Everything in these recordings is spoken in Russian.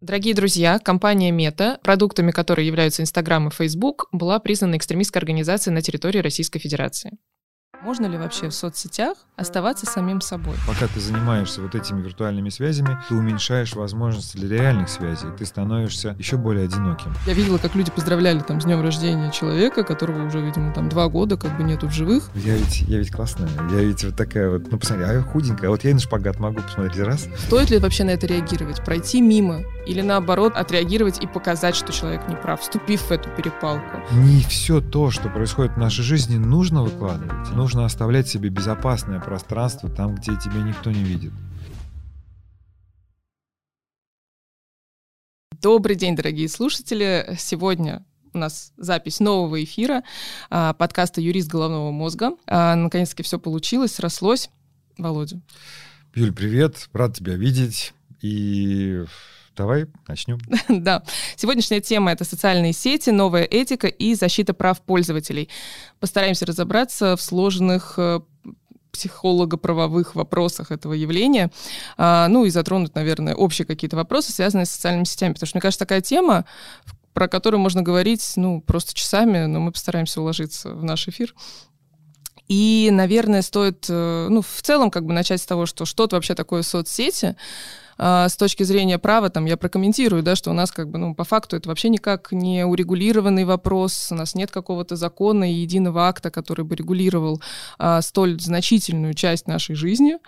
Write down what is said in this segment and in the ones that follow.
Дорогие друзья, компания Мета, продуктами которой являются Instagram и Facebook, была признана экстремистской организацией на территории Российской Федерации. Можно ли вообще в соцсетях оставаться самим собой? Пока ты занимаешься вот этими виртуальными связями, ты уменьшаешь возможности для реальных связей, ты становишься еще более одиноким. Я видела, как люди поздравляли с днем рождения человека, которого уже, видимо, 2 года нету в живых. Я ведь классная, я ведь вот такая вот, посмотри, я худенькая, а вот я и на шпагат могу посмотреть раз. Стоит ли вообще на это реагировать? Пройти мимо? Или наоборот, отреагировать и показать, что человек не прав, вступив в эту перепалку? Не все то, что происходит в нашей жизни, нужно выкладывать. Нужно оставлять себе безопасное пространство там, где тебя никто не видит. Добрый день, дорогие слушатели. Сегодня у нас запись нового эфира подкаста «Юрист головного мозга». Наконец-таки все получилось, срослось. Володя. Юль, привет. Рад тебя видеть. И давай начнем. Да. Сегодняшняя тема — это социальные сети, новая этика и защита прав пользователей. Постараемся разобраться в сложных психолого-правовых вопросах этого явления, и затронуть, наверное, общие какие-то вопросы, связанные с социальными сетями. Потому что, мне кажется, такая тема, про которую можно говорить, просто часами, но мы постараемся уложиться в наш эфир. И, наверное, стоит, в целом, начать с того, что вообще такое соцсети. С точки зрения права, я прокомментирую, что у нас по факту это вообще никак не урегулированный вопрос, у нас нет какого-то закона и единого акта, который бы регулировал столь значительную часть нашей жизни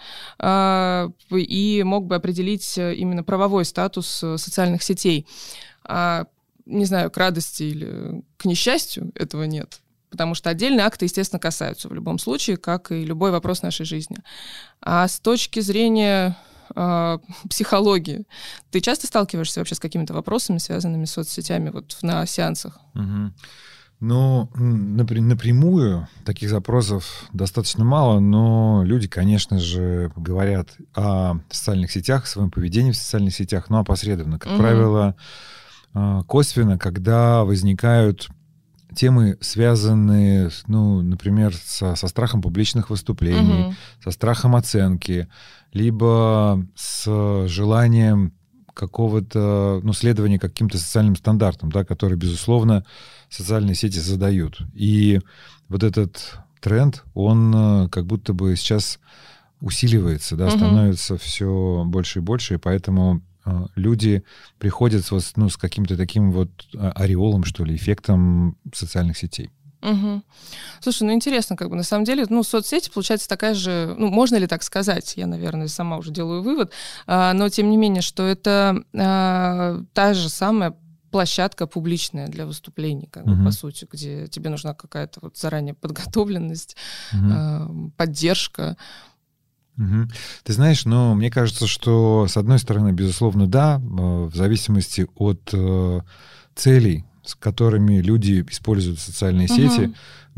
и мог бы определить именно правовой статус социальных сетей. Не знаю, к радости или к несчастью этого нет. Потому что отдельные акты, естественно, касаются в любом случае, как и любой вопрос нашей жизни. А с точки зрения психологии, ты часто сталкиваешься вообще с какими-то вопросами, связанными с соцсетями на сеансах? Угу. Напрямую таких запросов достаточно мало, но люди, конечно же, говорят о социальных сетях, о своем поведении в социальных сетях, но опосредованно. Как правило, косвенно, когда возникают темы, связанные, например, со страхом публичных выступлений, со страхом оценки, либо с желанием какого-то, следования каким-то социальным стандартам, которые, безусловно, социальные сети задают. И вот этот тренд, он как будто бы сейчас усиливается, становится все больше и больше, и поэтому люди приходят с каким-то таким ореолом, что ли, эффектом социальных сетей. Угу. Слушай, интересно, на самом деле, соцсети, получается, такая же, можно ли так сказать, я, наверное, сама уже делаю вывод, но тем не менее, что это та же самая площадка публичная для выступлений, по сути, где тебе нужна какая-то заранее подготовленность, поддержка. Ты знаешь, мне кажется, что, с одной стороны, безусловно, да, в зависимости от целей, с которыми люди используют социальные сети.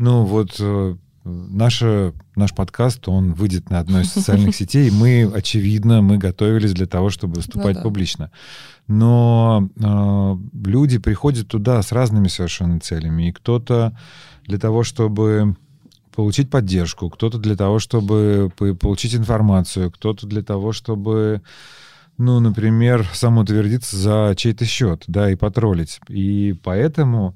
Наш подкаст, он выйдет на одной из социальных сетей, и мы готовились для того, чтобы выступать публично. Но люди приходят туда с разными совершенно целями, и кто-то для того, чтобы получить поддержку, кто-то для того, чтобы получить информацию, кто-то для того, чтобы, например, самоутвердиться за чей-то счет, и потроллить. И поэтому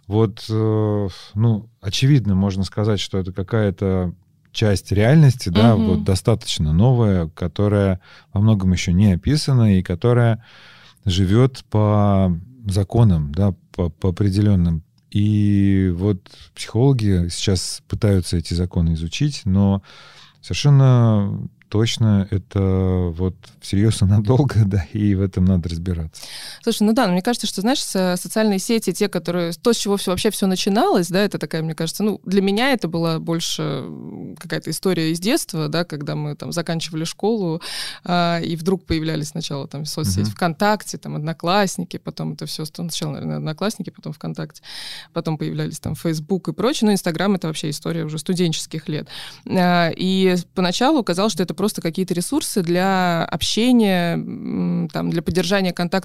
очевидно, можно сказать, что это какая-то часть реальности, достаточно новая, которая во многом еще не описана и которая живет по законам, по определенным. И психологи сейчас пытаются эти законы изучить, но совершенно точно это всерьез и надолго, и в этом надо разбираться. Слушай, мне кажется, что, знаешь, социальные сети, то, с чего вообще все начиналось, это такая, мне кажется, для меня это была больше какая-то история из детства, когда мы заканчивали школу, и вдруг появлялись сначала соцсети ВКонтакте, Одноклассники, потом это все, сначала, наверное, Одноклассники, потом ВКонтакте, потом появлялись Facebook и прочее, Инстаграм — это вообще история уже студенческих лет. И поначалу казалось, что это просто какие-то ресурсы для общения, для поддержания контакта с людьми, с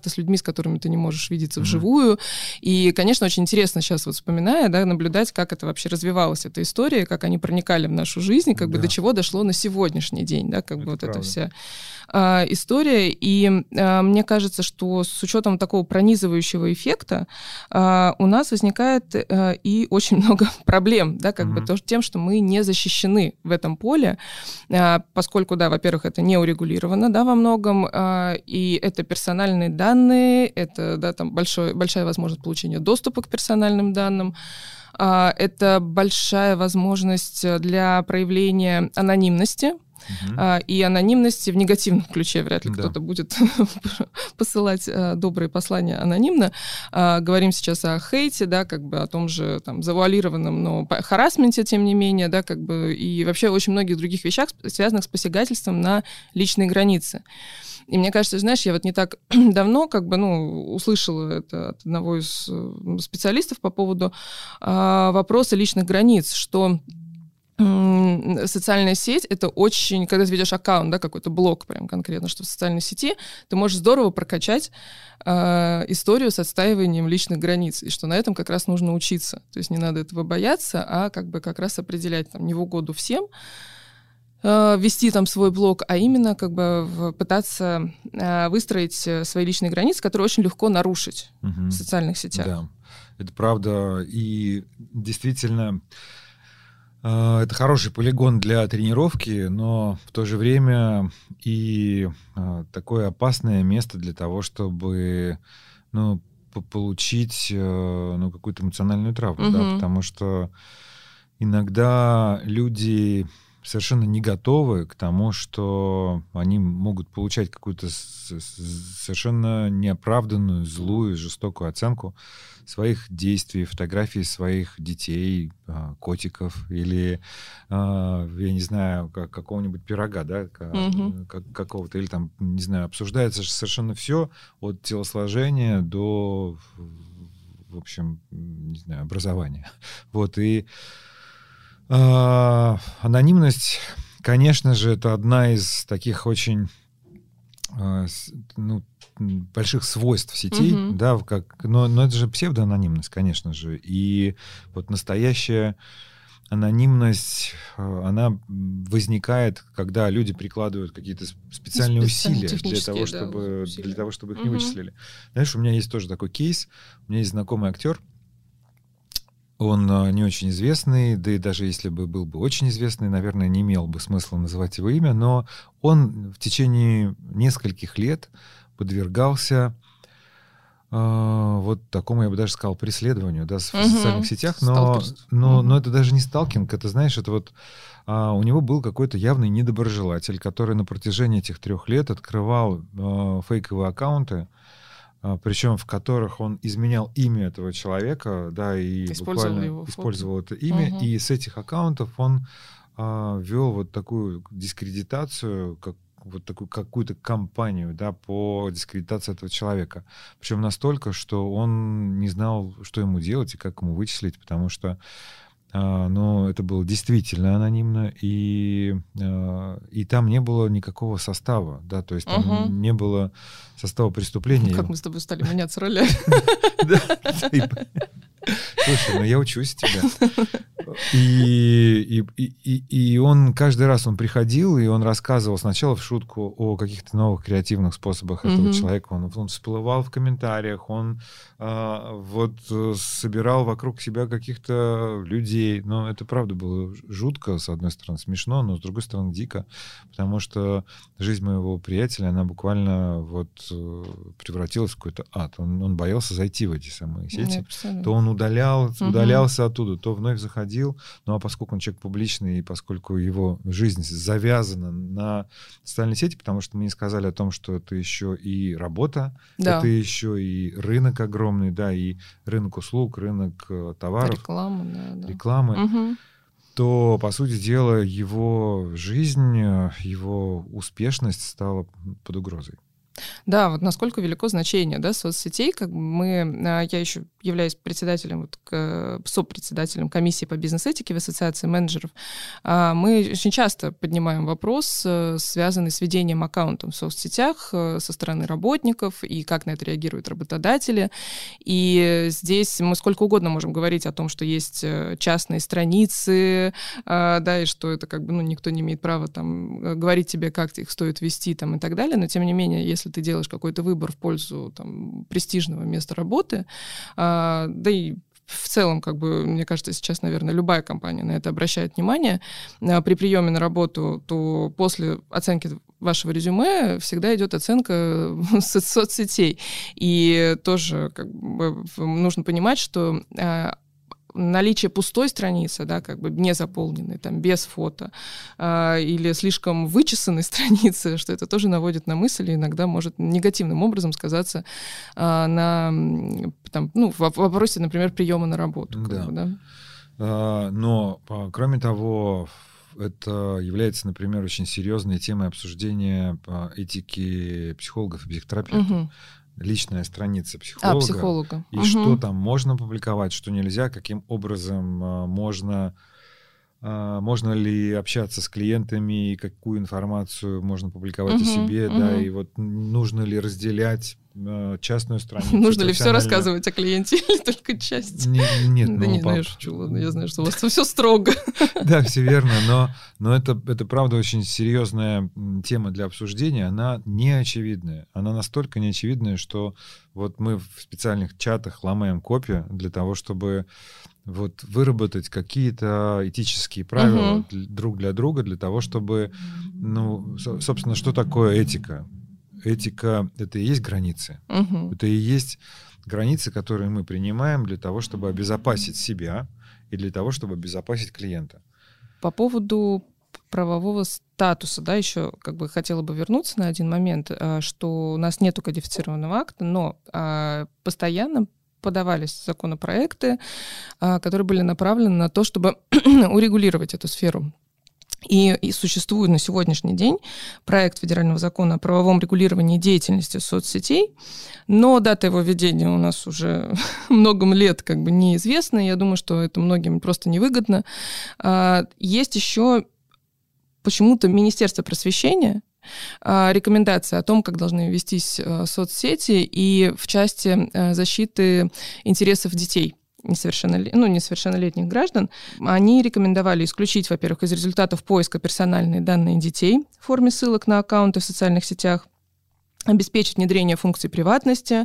которыми ты не можешь видеться вживую. И, конечно, очень интересно сейчас вот вспоминая, да, наблюдать, как это вообще развивалась, эта история, как они проникали в нашу жизнь, как бы до чего дошло на сегодняшний день, да, как бы вот эта вся история. И мне кажется, что с учетом такого пронизывающего эффекта у нас возникает и очень много проблем, да, как бы тем, что мы не защищены в этом поле, поскольку, да, во-первых, это не урегулировано, да, во многом, и это персональные данные, это, да, там большая возможность получения доступа к персональным данным, это большая возможность для проявления анонимности, и анонимности в негативном ключе. Вряд ли кто-то будет посылать добрые послания анонимно. Говорим сейчас о хейте, да, как бы о том же там завуалированном, но харассменте, тем не менее, да, как бы, и вообще очень многих других вещах, связанных с посягательством на личные границы. И мне кажется, знаешь, я вот не так давно как бы, услышала это от одного из специалистов по поводу вопроса личных границ, что социальная сеть — это очень... Когда ты ведешь аккаунт, да, какой-то блог прям конкретно, что в социальной сети, ты можешь здорово прокачать историю с отстаиванием личных границ, и что на этом как раз нужно учиться. То есть не надо этого бояться, а как бы как раз определять там, не в угоду всем, вести там свой блог, а именно как бы пытаться выстроить свои личные границы, которые очень легко нарушить в социальных сетях. Да, это правда. И действительно... Это хороший полигон для тренировки, но в то же время и такое опасное место для того, чтобы получить какую-то эмоциональную травму, да, потому что иногда люди совершенно не готовы к тому, что они могут получать какую-то совершенно неоправданную, злую, жестокую оценку своих действий, фотографий своих детей, котиков или, я не знаю, какого-нибудь пирога, да, какого-то, или там, не знаю, обсуждается совершенно все от телосложения до, в общем, не знаю, образования. Вот, и анонимность, конечно же, это одна из таких очень больших свойств сетей, да, но это же псевдоанонимность, конечно же. И вот настоящая анонимность, она возникает, когда люди прикладывают какие-то специальные усилия для того, чтобы их не вычислили. Знаешь, у меня есть тоже такой кейс. У меня есть знакомый актер. Он не очень известный, да и даже если бы был бы очень известный, наверное, не имел бы смысла называть его имя, но он в течение нескольких лет подвергался вот такому, я бы даже сказал, преследованию, да, в социальных сетях, но это даже не сталкинг, это, знаешь, это вот у него был какой-то явный недоброжелатель, который на протяжении этих 3 лет открывал фейковые аккаунты, причем в которых он изменял имя этого человека, да, и буквально использовал это имя, и с этих аккаунтов он вел вот такую дискредитацию, вот такую какую-то кампанию, да, по дискредитации этого человека. Причем настолько, что он не знал, что ему делать и как ему вычислить, потому что это было действительно анонимно, и там не было никакого состава, да, то есть там не было состава преступления. Как мы с тобой стали меняться ролями. Слушай, я учусь тебя. И он каждый раз он приходил, и он рассказывал сначала в шутку о каких-то новых креативных способах этого человека. Он всплывал в комментариях, он собирал вокруг себя каких-то людей. Но это правда было жутко, с одной стороны, смешно, но с другой стороны, дико. Потому что жизнь моего приятеля, она буквально превратилась в какой-то ад. Он боялся зайти в эти самые сети. То он удалялся оттуда, то вновь заходил. Ну, а поскольку он человек публичный, и поскольку его жизнь завязана на социальной сети, потому что мы не сказали о том, что это еще и работа, это еще и рынок огромный, да, и рынок услуг, рынок товаров. Рекламы. То, по сути дела, его жизнь, его успешность стала под угрозой. Да, вот насколько велико значение, да, соцсетей. Как бы я еще являюсь председателем, сопредседателем комиссии по бизнес-этике в Ассоциации менеджеров. Мы очень часто поднимаем вопрос, связанный с ведением аккаунтов в соцсетях со стороны работников и как на это реагируют работодатели. И здесь мы сколько угодно можем говорить о том, что есть частные страницы, да, и что это как бы, никто не имеет права там говорить тебе, как их стоит вести там, и так далее, но тем не менее, если ты делаешь какой-то выбор в пользу там, престижного места работы, да и в целом, как бы, мне кажется, сейчас, наверное, любая компания на это обращает внимание, при приеме на работу, то после оценки вашего резюме всегда идет оценка соцсетей. И тоже как бы, нужно понимать, что наличие пустой страницы, да, как бы не заполненной, там, без фото, или слишком вычесанной страницы, что это тоже наводит на мысль и иногда может негативным образом сказаться на в вопросе, например, приема на работу. Да. Как бы, да? Но, кроме того, это является, например, очень серьезной темой обсуждения этики психологов и психотерапевтов. Угу. Личная страница психолога. И что там можно публиковать, что нельзя, каким образом можно ли общаться с клиентами, какую информацию можно публиковать о себе, да, и вот нужно ли разделять частную страницу. Нужно ли все рассказывать о клиенте или только часть? Нет. Да не знаю, я шучу, ладно, я знаю, что у вас все строго. Да, все верно, но это правда очень серьезная тема для обсуждения, она неочевидная. Она настолько неочевидная, что вот мы в специальных чатах ломаем копии для того, чтобы вот выработать какие-то этические правила друг для друга, для того, чтобы, собственно, что такое этика? Этика — это и есть границы. Это и есть границы, которые мы принимаем для того, чтобы обезопасить себя и для того, чтобы обезопасить клиента. По поводу правового статуса, да, еще как бы хотела бы вернуться на один момент, что у нас нету кодифицированного акта, но постоянно подавались законопроекты, которые были направлены на то, чтобы урегулировать эту сферу. И существует на сегодняшний день проект федерального закона о правовом регулировании деятельности соцсетей, но дата его введения у нас уже много лет как бы неизвестна. Я думаю, что это многим просто невыгодно. Есть еще почему-то Министерство просвещения, рекомендации о том, как должны вестись соцсети и в части защиты интересов детей. Несовершеннолетних граждан, они рекомендовали исключить, во-первых, из результатов поиска персональные данные детей в форме ссылок на аккаунты в социальных сетях, обеспечить внедрение функций приватности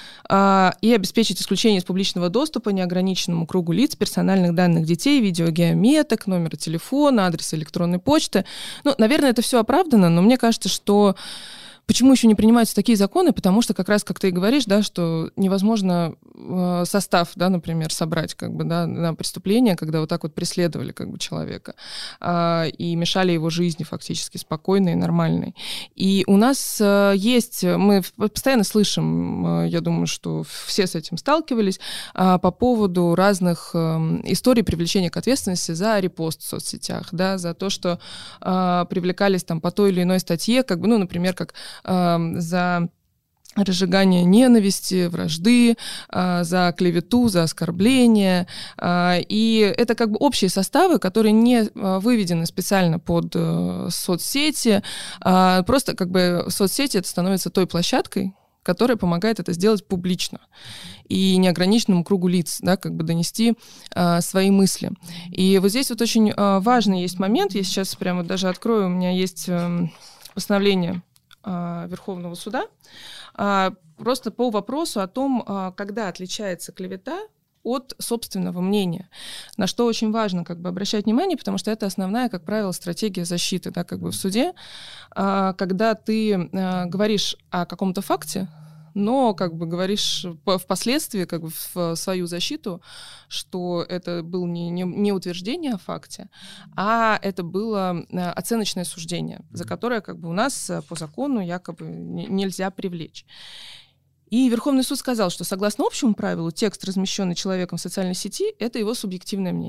и обеспечить исключение из публичного доступа неограниченному кругу лиц персональных данных детей, видеогеометок, номера телефона, адреса электронной почты. Наверное, это все оправдано, но мне кажется, что почему еще не принимаются такие законы? Потому что как раз, как ты и говоришь, да, что невозможно состав, да, например, собрать как бы, да, на преступление, когда вот так вот преследовали как бы, человека и мешали его жизни фактически спокойной и нормальной. И у нас мы постоянно слышим, я думаю, что все с этим сталкивались, по поводу разных историй привлечения к ответственности за репост в соцсетях, да, за то, что привлекались там по той или иной статье, как бы, например, как за разжигание ненависти, вражды, за клевету, за оскорбление. И это как бы общие составы, которые не выведены специально под соцсети. Просто как бы соцсети это становится той площадкой, которая помогает это сделать публично и неограниченному кругу лиц, да, как бы донести свои мысли. И вот здесь вот очень важный есть момент. Я сейчас прямо даже открою, у меня есть постановление Верховного суда, просто по вопросу о том, когда отличается клевета от собственного мнения, на что очень важно как бы обращать внимание, потому что это основная, как правило, стратегия защиты, да, как бы в суде, когда ты говоришь о каком-то факте, но как бы говоришь впоследствии как бы в свою защиту, что это было не утверждение о факте, а это было оценочное суждение, за которое как бы у нас по закону якобы нельзя привлечь. И Верховный суд сказал, что согласно общему правилу текст, размещенный человеком в социальной сети, это его субъективное мнение.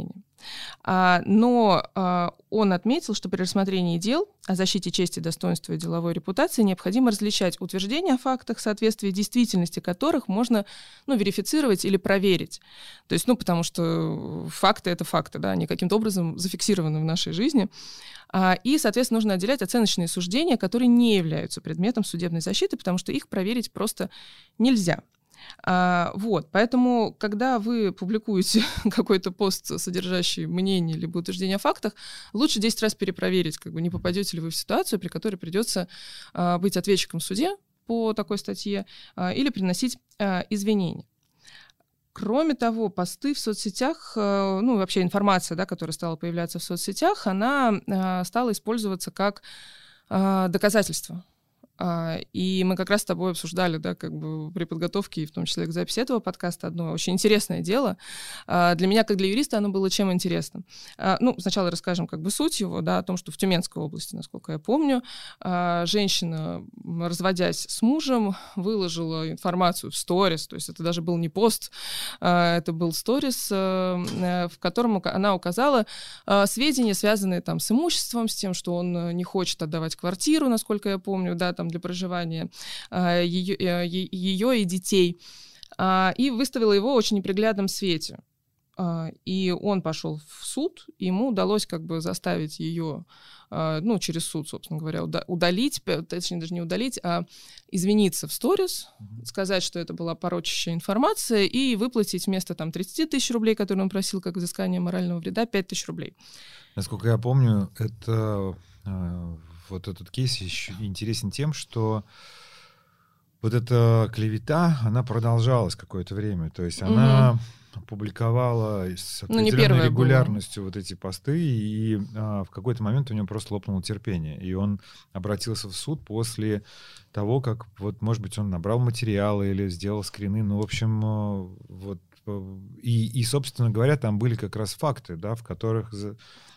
Но он отметил, что при рассмотрении дел о защите чести, достоинства и деловой репутации необходимо различать утверждения о фактах, соответствии действительности которых можно верифицировать или проверить. То есть, потому что факты — это факты, да, они каким-то образом зафиксированы в нашей жизни. И, соответственно, нужно отделять оценочные суждения, которые не являются предметом судебной защиты, потому что их проверить просто нельзя. Поэтому, когда вы публикуете какой-то пост, содержащий мнение либо утверждение о фактах, лучше 10 раз перепроверить, не попадете ли вы в ситуацию, при которой придется быть ответчиком в суде по такой статье или приносить извинения. Кроме того, посты в соцсетях, вообще информация, да, которая стала появляться в соцсетях, она стала использоваться как доказательство. И мы как раз с тобой обсуждали, да, при подготовке, и в том числе к записи этого подкаста, одно очень интересное дело. Для меня, как для юриста, оно было чем интересно. Сначала расскажем суть его, да, о том, что в Тюменской области, насколько я помню, женщина, разводясь с мужем, выложила информацию в сторис, то есть это даже был не пост, это был сторис, в котором она указала сведения, связанные там с имуществом, с тем, что он не хочет отдавать квартиру, насколько я помню, да, там для проживания ее и детей, и выставила его в очень неприглядном свете. И он пошел в суд, и ему удалось заставить ее, через суд, собственно говоря, удалить, точнее, даже не удалить, а извиниться в сторис, сказать, что это была порочащая информация, и выплатить вместо 30 тысяч рублей, которые он просил как взыскание морального вреда, 5 тысяч рублей. Насколько я помню, это... Вот этот кейс еще интересен тем, что вот эта клевета, она продолжалась какое-то время. То есть она публиковала с определенной регулярностью вот эти посты, и в какой-то момент у него просто лопнуло терпение. И он обратился в суд после того, как, может быть, он набрал материалы или сделал скрины. В общем, и, собственно говоря, там были как раз факты, да, которые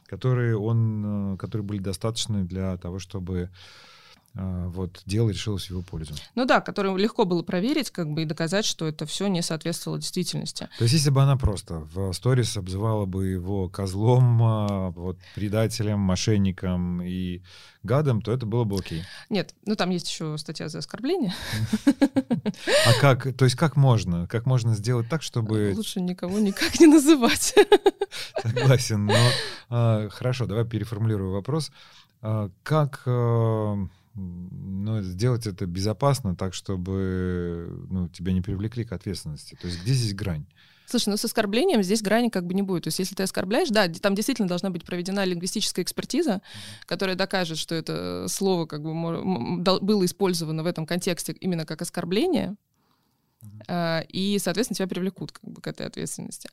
были достаточны для того, чтобы дело решилось в его пользу. Которые легко было проверить, и доказать, что это все не соответствовало действительности. То есть, если бы она просто в сторис обзывала бы его козлом, предателем, мошенником и гадом, то это было бы окей. Нет, там есть еще статья за оскорбление. А как? То есть, как можно? Как можно сделать так, чтобы... Лучше никого никак не называть. Согласен, но хорошо, давай переформулирую вопрос. Как сделать это безопасно, так, чтобы тебя не привлекли к ответственности? То есть где здесь грань? Слушай, с оскорблением здесь грани не будет. То есть если ты оскорбляешь, да, там действительно должна быть проведена лингвистическая экспертиза, которая докажет, что это слово было использовано в этом контексте именно как оскорбление, и, соответственно, тебя привлекут к этой ответственности.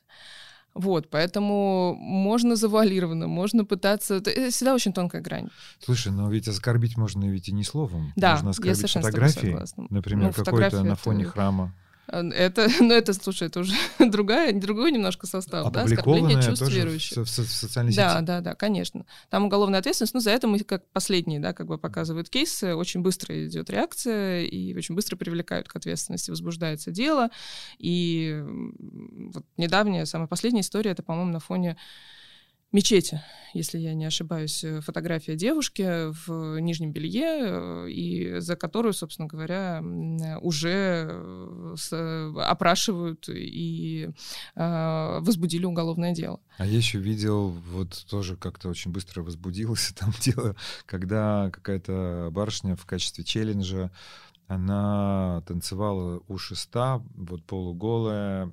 Поэтому можно завуалированно, можно пытаться... Это всегда очень тонкая грань. Слушай, но ведь оскорбить можно ведь и не словом. Да, можно оскорбить я совершенно фотографией, например, какой-то на фоне храма. Слушай, это уже другой немножко состав, да, оскорбление чувств верующих. В социальной сети. Да, конечно. Там уголовная ответственность, за это мы, как последние, да, показывают кейсы, очень быстро идет реакция, и очень быстро привлекают к ответственности, возбуждается дело. И недавняя, самая последняя история, это, по-моему, на фоне мечети, если я не ошибаюсь, фотография девушки в нижнем белье, и за которую, собственно говоря, уже опрашивают и возбудили уголовное дело. А я еще видел, тоже как-то очень быстро возбудилось там дело, когда какая-то барышня в качестве челленджа, она танцевала у шеста, полуголая,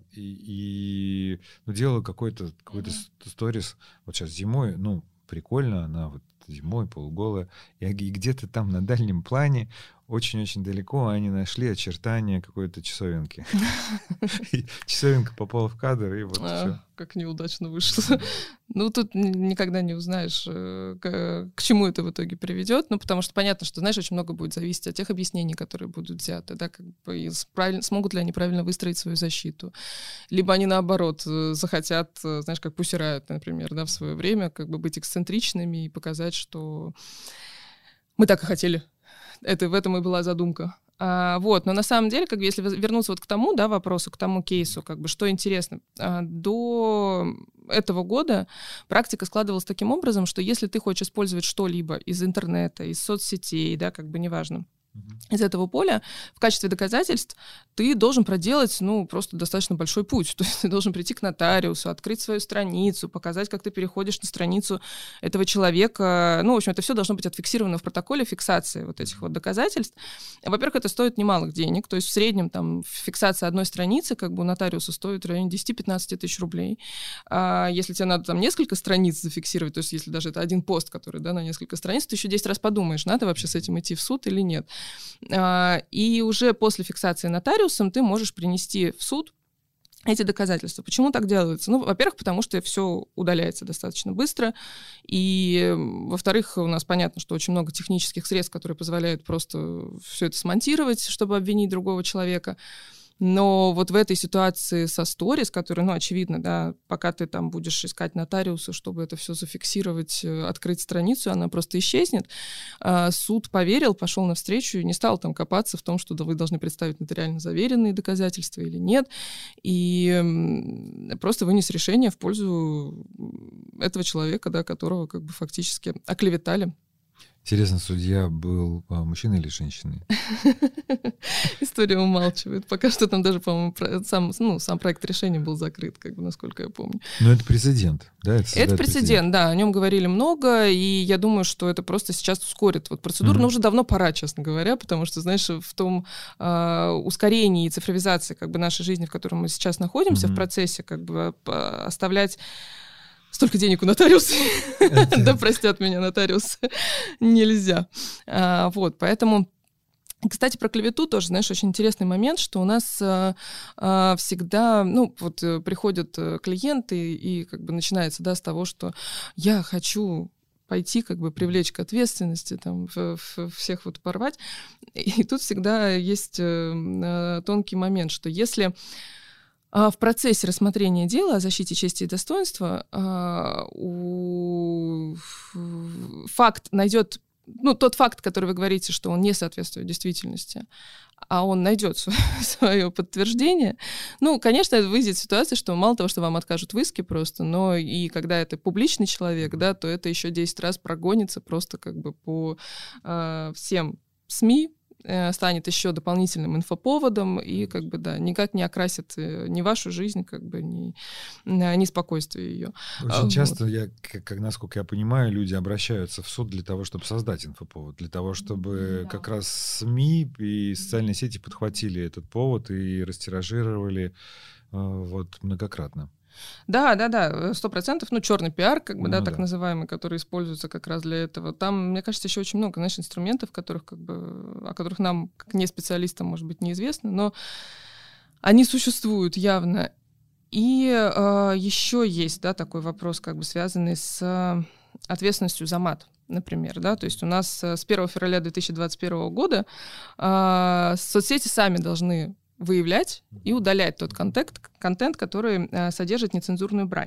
и делала какой-то сторис. Сейчас зимой, прикольно, она зимой полуголая, и где-то там на дальнем плане, очень-очень далеко, они нашли очертания какой-то часовенки. Часовенка попала в кадр, и все. Как неудачно вышло. Тут никогда не узнаешь, к чему это в итоге приведет, потому что понятно, что, знаешь, очень много будет зависеть от тех объяснений, которые будут взяты, да, и смогут ли они правильно выстроить свою защиту. Либо они, наоборот, захотят, знаешь, как Pussy Riot, например, да, в свое время, быть эксцентричными и показать, что мы так и хотели. В этом и была задумка. Вот, но на самом деле, как бы, если вернуться вот к тому, да, вопросу, к тому кейсу, как бы, что интересно, до этого года практика складывалась таким образом, что если ты хочешь использовать что-либо из интернета, из соцсетей, да, как бы неважно, из этого поля в качестве доказательств ты должен проделать, ну, просто достаточно большой путь. То есть ты должен прийти к нотариусу, открыть свою страницу, показать, как ты переходишь на страницу этого человека. Ну, в общем, это все должно быть отфиксировано в протоколе фиксации вот этих вот доказательств. Во-первых, это стоит немалых денег. То есть в среднем там фиксация одной страницы как бы у нотариуса стоит в районе 10-15 тысяч рублей. А если тебе надо там несколько страниц зафиксировать, то есть если даже это один пост, который, да, на несколько страниц, ты еще 10 раз подумаешь, надо вообще с этим идти в суд или нет. И уже после фиксации нотариусом ты можешь принести в суд эти доказательства. Почему так делается? Ну, во-первых, потому что все удаляется достаточно быстро, и, во-вторых, у нас понятно, что очень много технических средств, которые позволяют просто все это смонтировать, чтобы обвинить другого человека. Но вот в этой ситуации со сторис, которая, ну, очевидно, да, пока ты там будешь искать нотариуса, чтобы это все зафиксировать, открыть страницу, она просто исчезнет. Суд поверил, пошел навстречу и не стал там копаться в том, что да, вы должны представить нотариально заверенные доказательства или нет. И просто вынес решение в пользу этого человека, да, которого как бы фактически оклеветали. Интересно, судья был мужчиной или женщиной? История умалчивает. Пока что там даже, по-моему, сам проект решения был закрыт, как бы, насколько я помню. Но это прецедент, да? Это прецедент, да. О нем говорили много, и я думаю, что это просто сейчас ускорит вот процедуру. Но уже давно пора, честно говоря, потому что, знаешь, в том ускорении и цифровизации как бы нашей жизни, в которой мы сейчас находимся, в процессе, как бы оставлять столько денег у нотариуса, да простят меня нотариусы, нельзя. Вот, поэтому... Кстати, про клевету тоже, знаешь, очень интересный момент, что у нас всегда, ну, вот приходят клиенты, и как бы начинается, да, с того, что я хочу пойти, как бы привлечь к ответственности, там, всех вот порвать. И тут всегда есть тонкий момент, что если... в процессе рассмотрения дела о защите чести и достоинства факт найдет, ну, тот факт, который вы говорите, что он не соответствует действительности, а он найдет свое подтверждение, ну, конечно, выйдет ситуация, что мало того, что вам откажут в иске просто, но и когда это публичный человек, да, то это еще 10 раз прогонится просто как бы по всем СМИ, станет еще дополнительным инфоповодом и как бы, да, никак не окрасит ни вашу жизнь, как бы, ни спокойствие ее. Очень часто, насколько я понимаю, люди обращаются в суд для того, чтобы создать инфоповод, для того, чтобы как раз СМИ и социальные сети подхватили этот повод и растиражировали вот многократно. Да, 100%. Ну, черный пиар, как бы, да, так называемый, который используется как раз для этого. Там, мне кажется, еще очень много, знаешь, инструментов, о которых нам, как не специалистам, может быть, неизвестно, но они существуют явно. И еще есть, да, такой вопрос, как бы связанный с ответственностью за мат, например, да, то есть у нас с 1 февраля 2021 года соцсети сами должны выявлять и удалять тот контент, который содержит нецензурную брань.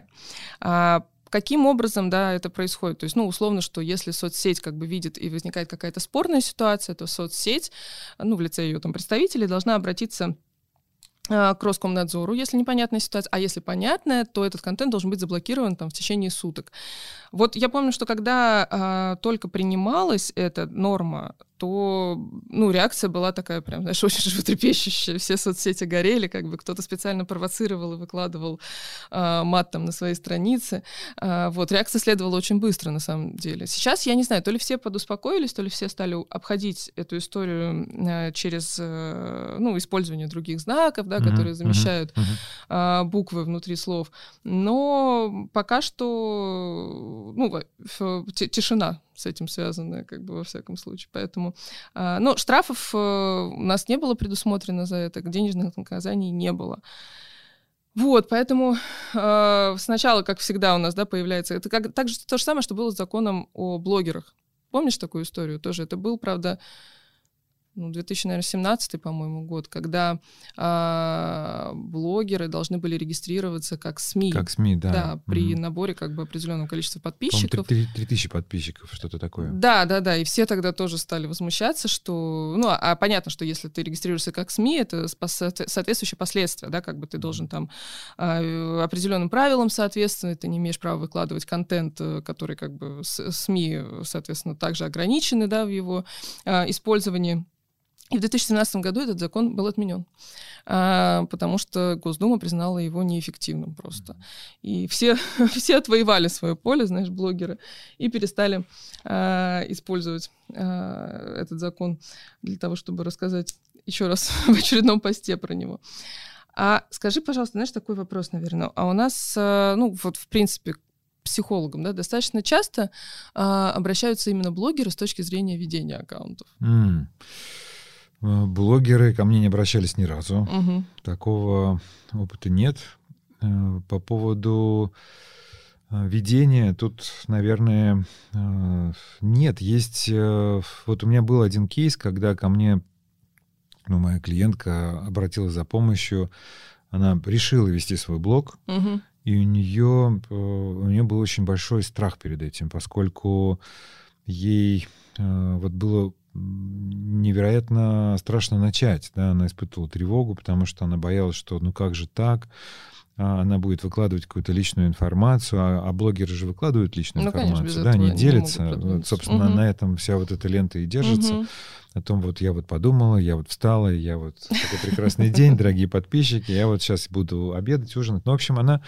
Каким образом, да, это происходит? То есть, ну, условно, что если соцсеть как бы видит и возникает какая-то спорная ситуация, то соцсеть, ну, в лице ее там представителей, должна обратиться к Роскомнадзору, если непонятная ситуация, а если понятная, то этот контент должен быть заблокирован там в течение суток. Вот я помню, что когда только принималась эта норма, то, ну, реакция была такая прям, знаешь, очень животрепещущая. Все соцсети горели, как бы кто-то специально провоцировал и выкладывал мат там на своей странице. Вот, реакция следовала очень быстро, на самом деле. Сейчас, я не знаю, то ли все подуспокоились, то ли все стали обходить эту историю через, ну, использование других знаков, да, которые замещают буквы внутри слов. Но пока что, ну, тишина с этим связанная, как бы, во всяком случае. Поэтому, ну, штрафов у нас не было предусмотрено за это, денежных наказаний не было. Вот, поэтому сначала, как всегда, у нас, да, появляется... Это также то же самое, что было с законом о блогерах. Помнишь такую историю? Тоже это был, правда, 2017, по-моему, год, когда блогеры должны были регистрироваться как СМИ. Как СМИ, да. Да, при наборе как бы определенного количества подписчиков. 3000 подписчиков, что-то такое. Да. И все тогда тоже стали возмущаться, что... Ну, а понятно, что если ты регистрируешься как СМИ, это соответствующие последствия, да, как бы ты должен там определенным правилам соответствовать, ты не имеешь права выкладывать контент, который как бы СМИ, соответственно, также ограничены, да, в его использовании. И в 2017 году этот закон был отменен, потому что Госдума признала его неэффективным просто. И все отвоевали свое поле, знаешь, блогеры, и перестали использовать этот закон для того, чтобы рассказать еще раз в очередном посте про него. А скажи, пожалуйста, знаешь, такой вопрос, наверное. А у нас, ну, вот в принципе, психологам, да, достаточно часто обращаются именно блогеры с точки зрения ведения аккаунтов. Блогеры ко мне не обращались ни разу. Такого опыта нет. По поводу ведения тут, наверное, нет. Есть... Вот у меня был один кейс, когда ко мне моя клиентка обратилась за помощью. Она решила вести свой блог, и у нее был очень большой страх перед этим, поскольку ей вот было невероятно страшно начать. Да? Она испытывала тревогу, потому что она боялась, что ну как же так? Она будет выкладывать какую-то личную информацию, а блогеры же выкладывают личную информацию, да, они делятся. Вот, собственно, на этом вся вот эта лента и держится. О том, вот я вот подумала, я вот встала, я вот такой прекрасный день, дорогие подписчики, я вот сейчас буду обедать, ужинать. Ну, в общем, она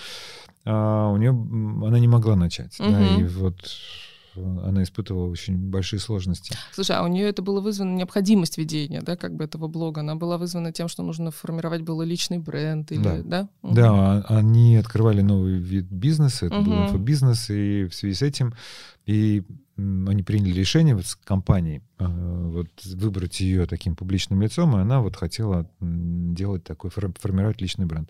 не могла начать. Да, и вот она испытывала очень большие сложности. Слушай, а у нее это было вызвано необходимость ведения, да, как бы этого блога? Она была вызвана тем, что нужно формировать было личный бренд? Или, да? Да, они открывали новый вид бизнеса, это был инфобизнес, и в связи с этим они приняли решение вот с компанией вот выбрать ее таким публичным лицом, и она вот хотела делать такой, формировать личный бренд.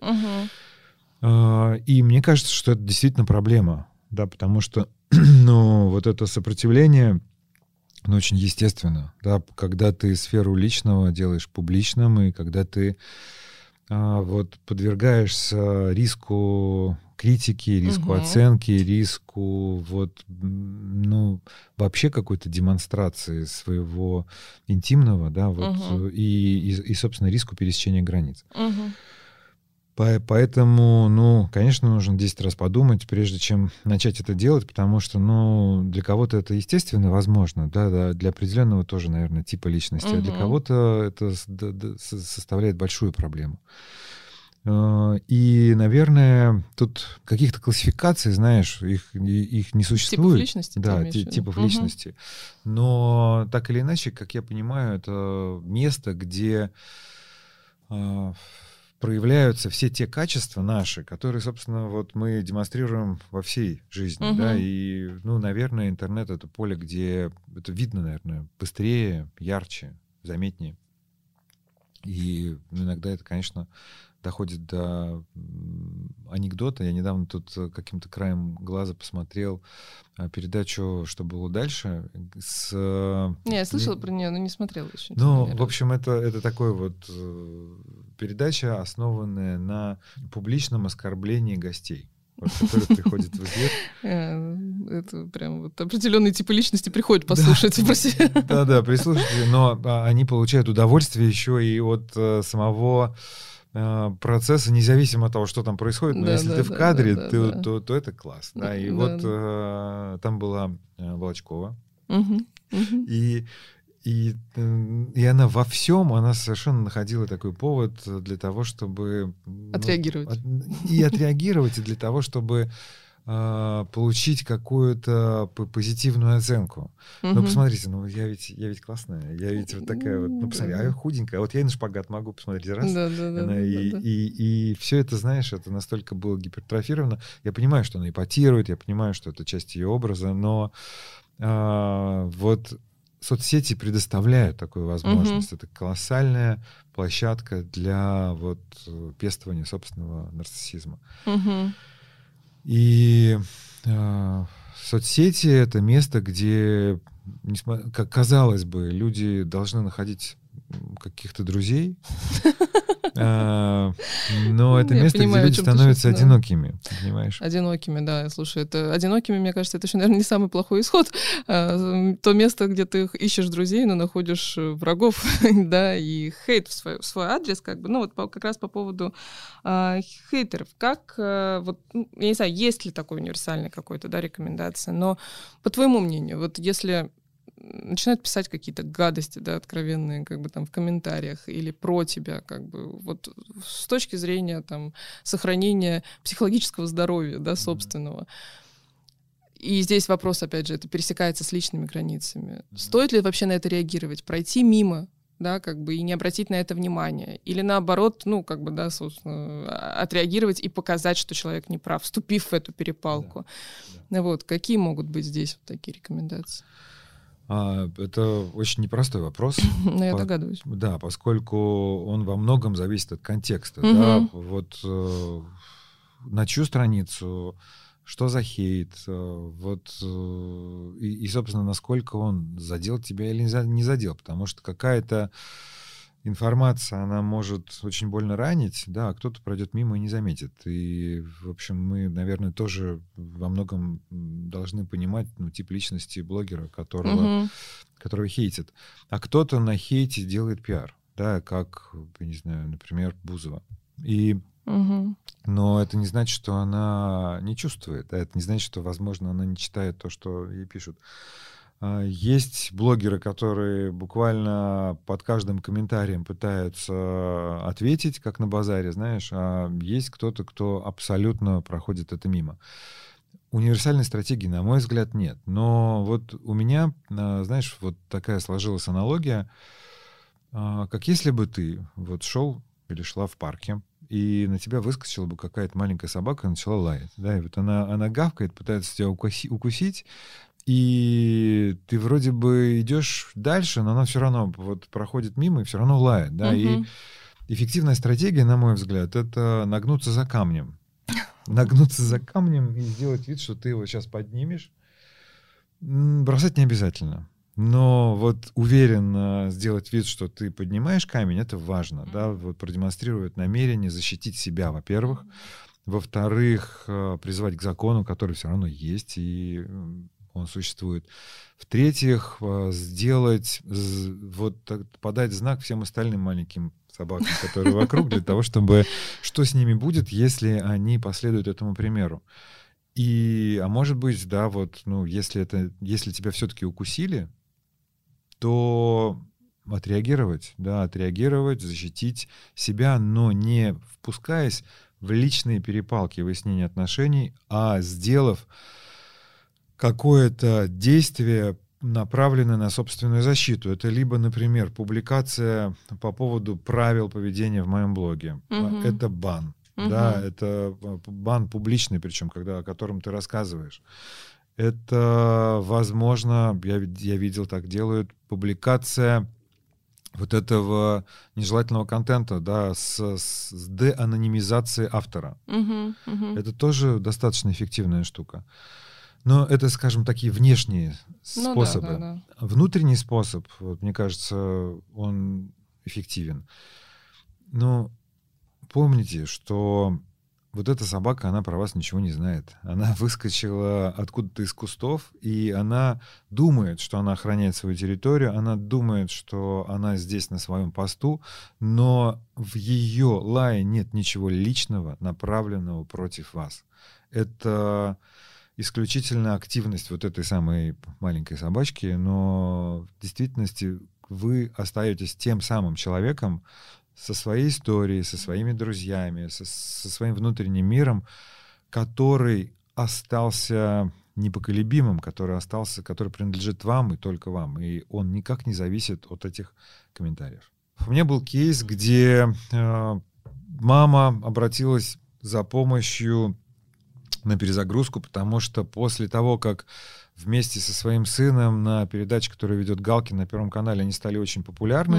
И мне кажется, что это действительно проблема, да, потому что вот это сопротивление, оно очень естественно, да, когда ты сферу личного делаешь публичным, и когда ты вот подвергаешься риску критики, риску оценки, риску вот, ну, вообще какой-то демонстрации своего интимного, да, вот, и, собственно, риску пересечения границ. Поэтому, ну, конечно, нужно 10 раз подумать, прежде чем начать это делать, потому что, ну, для кого-то это естественно возможно, да, для определенного тоже, наверное, типа личности, а для кого-то это составляет большую проблему. И, наверное, тут каких-то классификаций, знаешь, их не существует. Типов личности? Да, типов личности. Но так или иначе, как я понимаю, это место, где проявляются все те качества наши, которые, собственно, вот мы демонстрируем во всей жизни, да, и, ну, наверное, интернет — это поле, где это видно, наверное, быстрее, ярче, заметнее. И иногда это, конечно, доходит до анекдота. Я недавно тут каким-то краем глаза посмотрел передачу «Что было дальше». Я слышала про нее, но не смотрела еще. Ну, в общем, это такой вот передача, основанная на публичном оскорблении гостей, которые приходят в эфир. Это прям вот определенные типы личности приходят послушать про себя. Да, прислушайте, но они получают удовольствие еще и от самого процесса, независимо от того, что там происходит. Но если ты в кадре, то это класс. Да? И вот там была Волочкова. И она во всем, она совершенно находила такой повод для того, чтобы... Отреагировать. И отреагировать, и для того, чтобы получить какую-то позитивную оценку. Ну, посмотрите, ну, я ведь классная, я ведь вот такая вот, ну, посмотри, а я худенькая, а вот я и на шпагат могу, посмотреть, раз. И все это, знаешь, это настолько было гипертрофировано. Я понимаю, что она эпатирует, я понимаю, что это часть ее образа, но вот соцсети предоставляют такую возможность. Это колоссальная площадка для вот пестования собственного нарциссизма. И соцсети — это место, где, как казалось бы, люди должны находить каких-то друзей, Но это место, где люди становятся одинокими, понимаешь? Одинокими, да. Слушай, это одинокими, мне кажется, это еще, наверное, не самый плохой исход. То место, где ты ищешь друзей, но находишь врагов, да, и хейт в свой адрес, как бы. Ну, вот как раз по поводу хейтеров. Как, вот, я не знаю, есть ли такой универсальный какой-то, да, рекомендация, но по твоему мнению, вот если начинают писать какие-то гадости, да, откровенные, как бы там в комментариях или про тебя, как бы вот с точки зрения там сохранения психологического здоровья, да, собственного. И здесь вопрос, опять же, это пересекается с личными границами. Стоит ли вообще на это реагировать, пройти мимо, да, как бы и не обратить на это внимание, или наоборот, ну, как бы, да, собственно, отреагировать и показать, что человек не прав, вступив в эту перепалку. Да. Вот, какие могут быть здесь вот такие рекомендации? Это очень непростой вопрос. Ну, я догадываюсь. Да, поскольку он во многом зависит от контекста. Да? Вот на чью страницу, что за хейт, вот, и, собственно, насколько он задел тебя или не задел. Потому что какая-то информация, она может очень больно ранить, да, а кто-то пройдет мимо и не заметит. И, в общем, мы, наверное, тоже во многом должны понимать, ну, тип личности блогера, которого хейтят. А кто-то на хейте делает пиар, да, как, я не знаю, например, Бузова. И но это не значит, что она не чувствует, да, это не значит, что, возможно, она не читает то, что ей пишут. Есть блогеры, которые буквально под каждым комментарием пытаются ответить, как на базаре, знаешь, а есть кто-то, кто абсолютно проходит это мимо. Универсальной стратегии, на мой взгляд, нет. Но вот у меня, знаешь, вот такая сложилась аналогия, как если бы ты вот шел или шла в парке, и на тебя выскочила бы какая-то маленькая собака и начала лаять. Да, и вот она гавкает, пытается тебя укусить, и ты вроде бы идешь дальше, но она все равно вот проходит мимо и все равно лает. Да? И эффективная стратегия, на мой взгляд, это нагнуться за камнем. Нагнуться за камнем и сделать вид, что ты его сейчас поднимешь. Бросать не обязательно. Но вот уверенно сделать вид, что ты поднимаешь камень, это важно. Да? Вот продемонстрировать намерение защитить себя, во-первых. Во-вторых, призвать к закону, который все равно есть, и он существует. В-третьих, сделать, вот подать знак всем остальным маленьким собакам, которые вокруг, для того, чтобы что с ними будет, если они последуют этому примеру. А может быть, да, вот, ну, если тебя все-таки укусили, то отреагировать, защитить себя, но не впускаясь в личные перепалки, выяснение отношений, а сделав какое-то действие, направленное на собственную защиту. Это либо, например, публикация по поводу правил поведения в моем блоге. Это бан. Да, это бан публичный, причем, о котором ты рассказываешь. Это, возможно, я видел, так делают, публикация вот этого нежелательного контента, да, с деанонимизацией автора. Это тоже достаточно эффективная штука. Но это, скажем, такие внешние способы. Да. Внутренний способ, вот, мне кажется, он эффективен. Но помните, что вот эта собака, она про вас ничего не знает. Она выскочила откуда-то из кустов, и она думает, что она охраняет свою территорию, она думает, что она здесь на своем посту, но в ее лае нет ничего личного, направленного против вас. Это исключительно активность вот этой самой маленькой собачки, но в действительности вы остаетесь тем самым человеком со своей историей, со своими друзьями, со своим внутренним миром, который остался непоколебимым, который принадлежит вам и только вам, и он никак не зависит от этих комментариев. У меня был кейс, где мама обратилась за помощью на перезагрузку, потому что после того, как вместе со своим сыном на передаче, которую ведет Галкин на Первом канале, они стали очень популярны,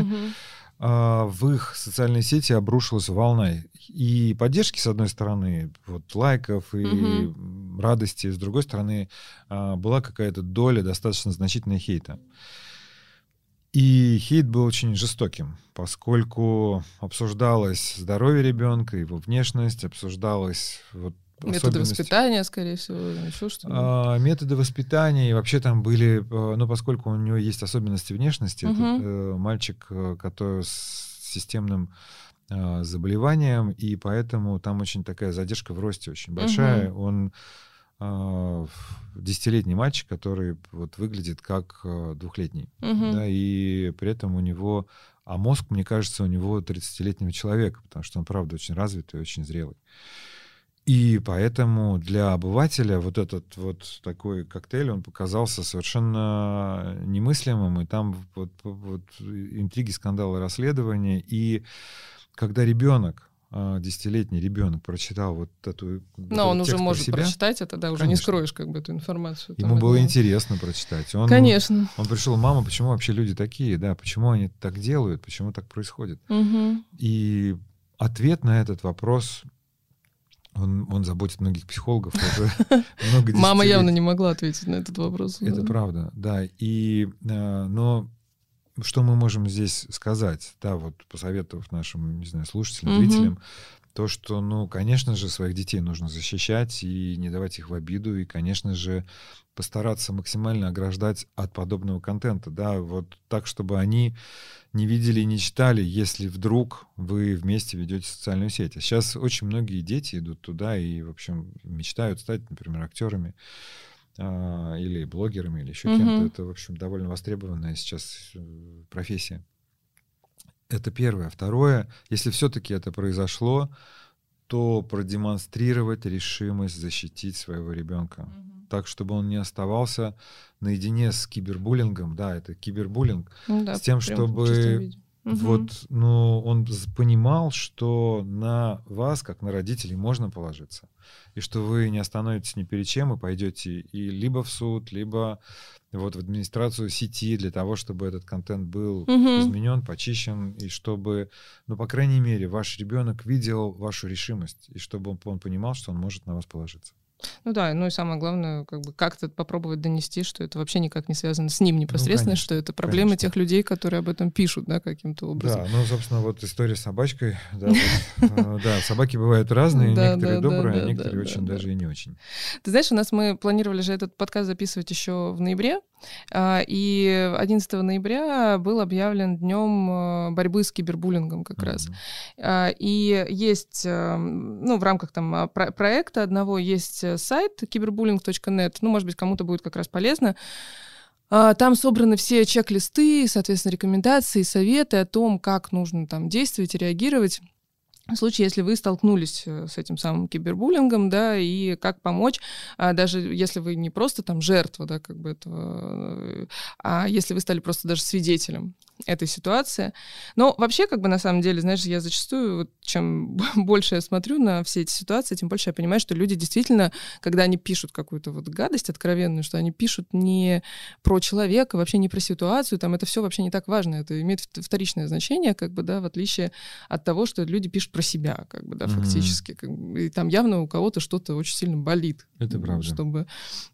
в их социальные сети обрушилась волна и поддержки, с одной стороны, вот, лайков и радости, с другой стороны, была какая-то доля достаточно значительная хейта. И хейт был очень жестоким, поскольку обсуждалось здоровье ребенка, его внешность, обсуждалось вот методы воспитания, скорее всего, еще что-то. Методы воспитания, и вообще там были, ну, поскольку у него есть особенности внешности, это мальчик, который с системным заболеванием, и поэтому там очень такая задержка в росте очень большая. Он 10-летний мальчик, который вот выглядит как 2-летний, да, и при этом у него, а мозг, мне кажется, у него 30-летнего человека, потому что он, правда, очень развитый, очень зрелый. И поэтому для обывателя вот этот вот такой коктейль, он показался совершенно немыслимым, и там вот интриги, скандалы, расследования, и когда ребенок, 10-летний ребенок прочитал вот эту... Но он уже может себя, прочитать это, да, уже конечно, не скроешь как бы эту информацию. Ему было интересно прочитать. Конечно. Он пришел: мама, почему вообще люди такие, да, почему они так делают, почему так происходит? И ответ на этот вопрос... Он заботит многих психологов уже много десятилетий. Мама явно не могла ответить на этот вопрос. Это правда, да. Но что мы можем здесь сказать, да, вот посоветовав нашим, не знаю, слушателям, зрителям, то, что, ну, конечно же, своих детей нужно защищать и не давать их в обиду, и, конечно же, постараться максимально ограждать от подобного контента, да, вот так, чтобы они не видели и не читали, если вдруг вы вместе ведете социальную сеть. А сейчас очень многие дети идут туда и, в общем, мечтают стать, например, актерами или блогерами, или еще кем-то. Это, в общем, довольно востребованная сейчас профессия. Это первое. Второе, если все-таки это произошло, то продемонстрировать решимость защитить своего ребенка. Так, чтобы он не оставался наедине с кибербуллингом. Да, это кибербуллинг. Да, с тем, чтобы вот, ну, он понимал, что на вас, как на родителей, можно положиться. И что вы не остановитесь ни перед чем и пойдете и либо в суд, либо вот в администрацию сети для того, чтобы этот контент был изменен, почищен, и чтобы, ну, по крайней мере, ваш ребенок видел вашу решимость, и чтобы он понимал, что он может на вас положиться. Ну да, ну и самое главное, как бы как-то попробовать донести, что это вообще никак не связано с ним непосредственно, конечно, что это проблемы тех людей, которые об этом пишут, да, каким-то образом. Да, ну, собственно, вот история с собачкой, да, собаки бывают разные, некоторые добрые, а некоторые очень даже и не очень. Ты знаешь, мы планировали же этот подкаст записывать еще в ноябре, и 11 ноября был объявлен днем борьбы с кибербуллингом как раз. И есть, ну, в рамках там проекта одного есть сайт cyberbullying.net, ну, может быть, кому-то будет как раз полезно. Там собраны все чек-листы, соответственно, рекомендации, советы о том, как нужно там действовать и реагировать в случае, если вы столкнулись с этим самым кибербуллингом, да, и как помочь, даже если вы не просто там жертва, да, как бы этого, а если вы стали просто даже свидетелем этой ситуации. Но вообще, как бы, на самом деле, знаешь, я зачастую, вот, чем больше я смотрю на все эти ситуации, тем больше я понимаю, что люди действительно, когда они пишут какую-то вот гадость откровенную, что они пишут не про человека, вообще не про ситуацию, там это все вообще не так важно, это имеет вторичное значение, как бы, да, в отличие от того, что люди пишут про себя, как бы, да, фактически. Как бы, и там явно у кого-то что-то очень сильно болит. Это правда. Чтобы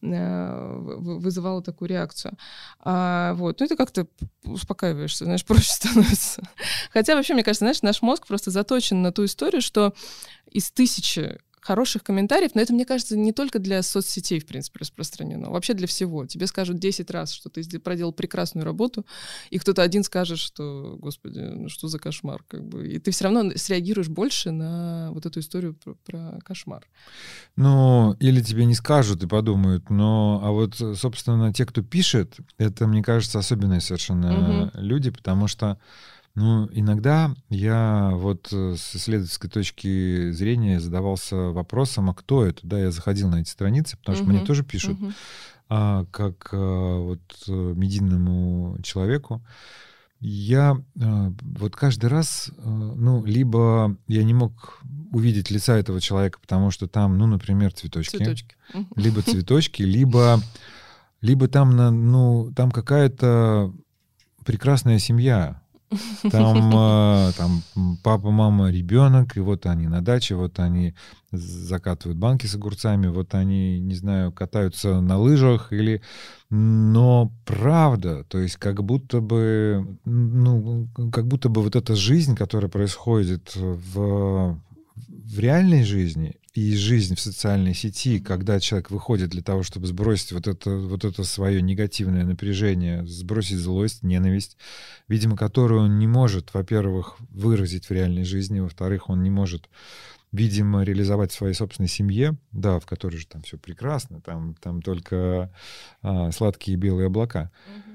вызывало такую реакцию. Вот. Ну, это как-то успокаиваешься, знаешь, проще становится. Хотя вообще, мне кажется, знаешь, наш мозг просто заточен на ту историю, что из 1000 хороших комментариев, но это, мне кажется, не только для соцсетей, в принципе, распространено, вообще для всего. Тебе скажут 10 раз, что ты проделал прекрасную работу, и кто-то один скажет, что, господи, ну что за кошмар, как бы. И ты все равно среагируешь больше на вот эту историю про кошмар. Ну, или тебе не скажут и подумают, но, а вот, собственно, те, кто пишет, это, мне кажется, особенные совершенно люди, потому что, ну, иногда я вот с исследовательской точки зрения задавался вопросом, а кто это? Да, я заходил на эти страницы, потому что мне тоже пишут, как вот медийному человеку. Я вот каждый раз, ну, либо я не мог увидеть лица этого человека, потому что там, ну, например, цветочки. Либо цветочки, либо там, ну, там какая-то прекрасная семья. Там папа, мама, ребенок, и вот они на даче, вот они закатывают банки с огурцами, вот они, не знаю, катаются на лыжах или... Но правда, то есть как будто бы вот эта жизнь, которая происходит в реальной жизни, и жизнь в социальной сети, когда человек выходит для того, чтобы сбросить вот это свое негативное напряжение, сбросить злость, ненависть, видимо, которую он не может, во-первых, выразить в реальной жизни, во-вторых, он не может, видимо, реализовать в своей собственной семье, да, в которой же там все прекрасно, там только сладкие белые облака.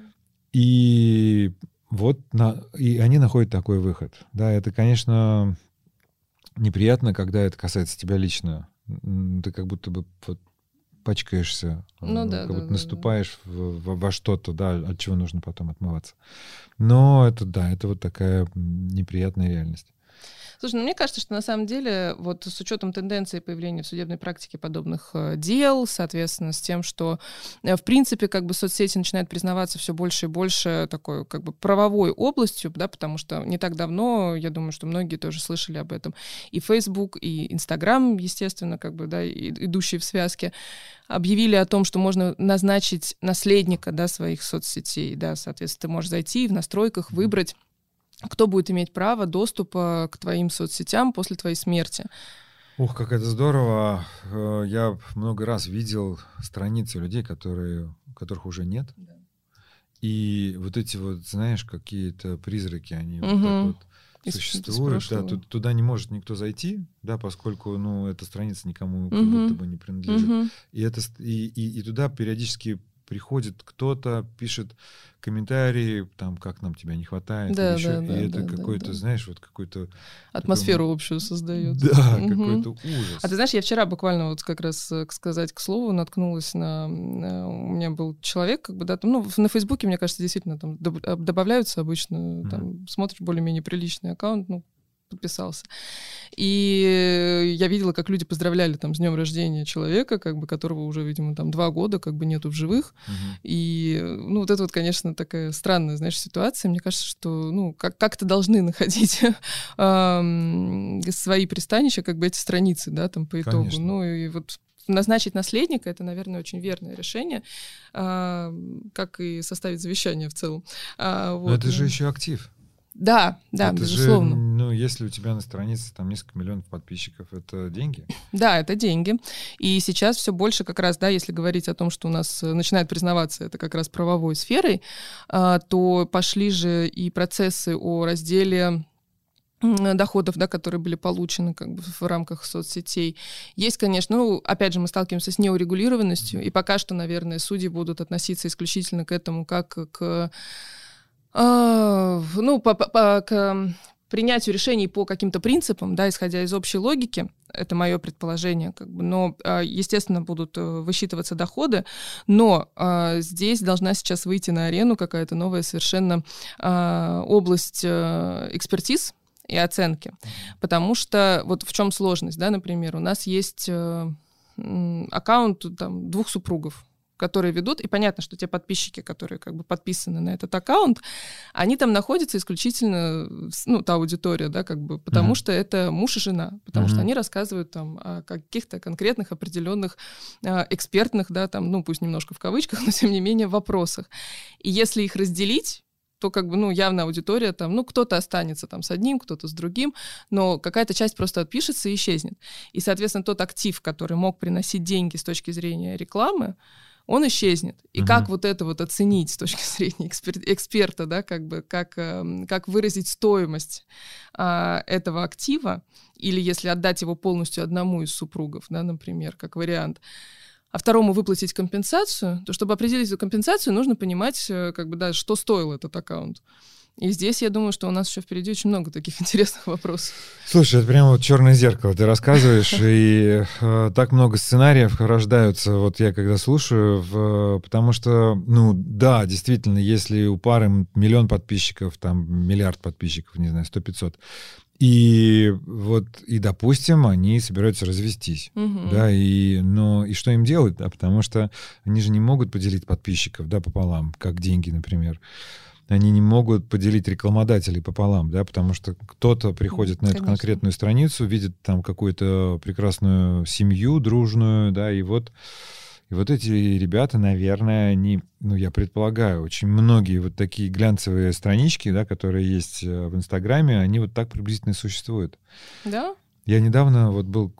И вот и они находят такой выход. Да, это, конечно... неприятно, когда это касается тебя лично. Ты как будто бы вот пачкаешься, как будто наступаешь во что-то, да, от чего нужно потом отмываться. Но это вот такая неприятная реальность. Слушай, мне кажется, что на самом деле вот с учетом тенденции появления в судебной практике подобных дел, соответственно, с тем, что в принципе как бы соцсети начинают признаваться все больше и больше такой как бы правовой областью, да, потому что не так давно, я думаю, что многие тоже слышали об этом, и Facebook, и Instagram, естественно, как бы, да, идущие в связке, объявили о том, что можно назначить наследника, да, своих соцсетей, да, соответственно, ты можешь зайти в настройках, выбрать, кто будет иметь право доступа к твоим соцсетям после твоей смерти. Ух, как это здорово. Я много раз видел страницы людей, которых уже нет. Да. И вот эти вот, знаешь, какие-то призраки, они вот так вот существуют. Да, туда не может никто зайти, да, поскольку, эта страница никому как будто бы не принадлежит. И туда периодически приходит кто-то, пишет комментарии, там, как нам тебя не хватает, это какой-то, знаешь, вот какой-то... Атмосферу общую создает. Да, какой-то ужас. А ты знаешь, я вчера буквально вот как раз, сказать к слову, наткнулась у меня был человек, как бы, да, там, на Фейсбуке, мне кажется, действительно там добавляются обычно, там, смотришь более-менее приличный аккаунт, подписался. И я видела, как люди поздравляли там с днем рождения человека, как бы, которого уже, видимо, там 2 года как бы нету в живых. И, вот это вот, конечно, такая странная, знаешь, ситуация. Мне кажется, что, как-то должны находить свои пристанища, как бы эти страницы, да, там по итогу. Конечно. И вот назначить наследника — это, наверное, очень верное решение, как и составить завещание в целом. Но это же еще актив. Да, это безусловно. Же, если у тебя на странице там несколько миллионов подписчиков, это деньги? Да, это деньги. И сейчас все больше как раз, да, если говорить о том, что у нас начинает признаваться это как раз правовой сферой, то пошли же и процессы о разделе доходов, да, которые были получены как бы в рамках соцсетей. Есть, конечно, опять же, мы сталкиваемся с неурегулированностью, и пока что, наверное, судьи будут относиться исключительно к этому как к к принятию решений по каким-то принципам, да, исходя из общей логики, это мое предположение, как бы, но, естественно, будут высчитываться доходы, но здесь должна сейчас выйти на арену какая-то новая совершенно область экспертиз и оценки, потому что вот в чем сложность, да, например, у нас есть аккаунт там 2 супругов, которые ведут, и понятно, что те подписчики, которые как бы подписаны на этот аккаунт, они там находятся исключительно, та аудитория, да, как бы, потому что это муж и жена, потому что они рассказывают там о каких-то конкретных определенных экспертных, да, там, пусть немножко в кавычках, но тем не менее вопросах. И если их разделить, то как бы, явно аудитория там, кто-то останется там с одним, кто-то с другим, но какая-то часть просто отпишется и исчезнет. И, соответственно, тот актив, который мог приносить деньги с точки зрения рекламы, он исчезнет. И как вот это вот оценить с точки зрения эксперта, да, как бы, как выразить стоимость этого актива, или если отдать его полностью одному из супругов, да, например, как вариант, а второму выплатить компенсацию, то чтобы определить эту компенсацию, нужно понимать, как бы, да, что стоил этот аккаунт. И здесь, я думаю, что у нас еще впереди очень много таких интересных вопросов. Слушай, это прямо вот черное зеркало ты рассказываешь, и так много сценариев рождаются, вот я когда слушаю, потому что, да, действительно, если у пары 1 миллион подписчиков, там, 1 миллиард подписчиков, не знаю, 100-500, и допустим, они собираются развестись, да, и что им делать, да, потому что они же не могут поделить подписчиков, да, пополам, как деньги, например. они не могут поделить рекламодателей пополам, да, потому что кто-то приходит на эту конкретную страницу, видит там какую-то прекрасную семью дружную, да, и вот эти ребята, наверное, они, ну, я предполагаю, очень многие вот такие глянцевые странички, да, которые есть в Инстаграме, они вот так приблизительно и существуют. Да? Я недавно вот был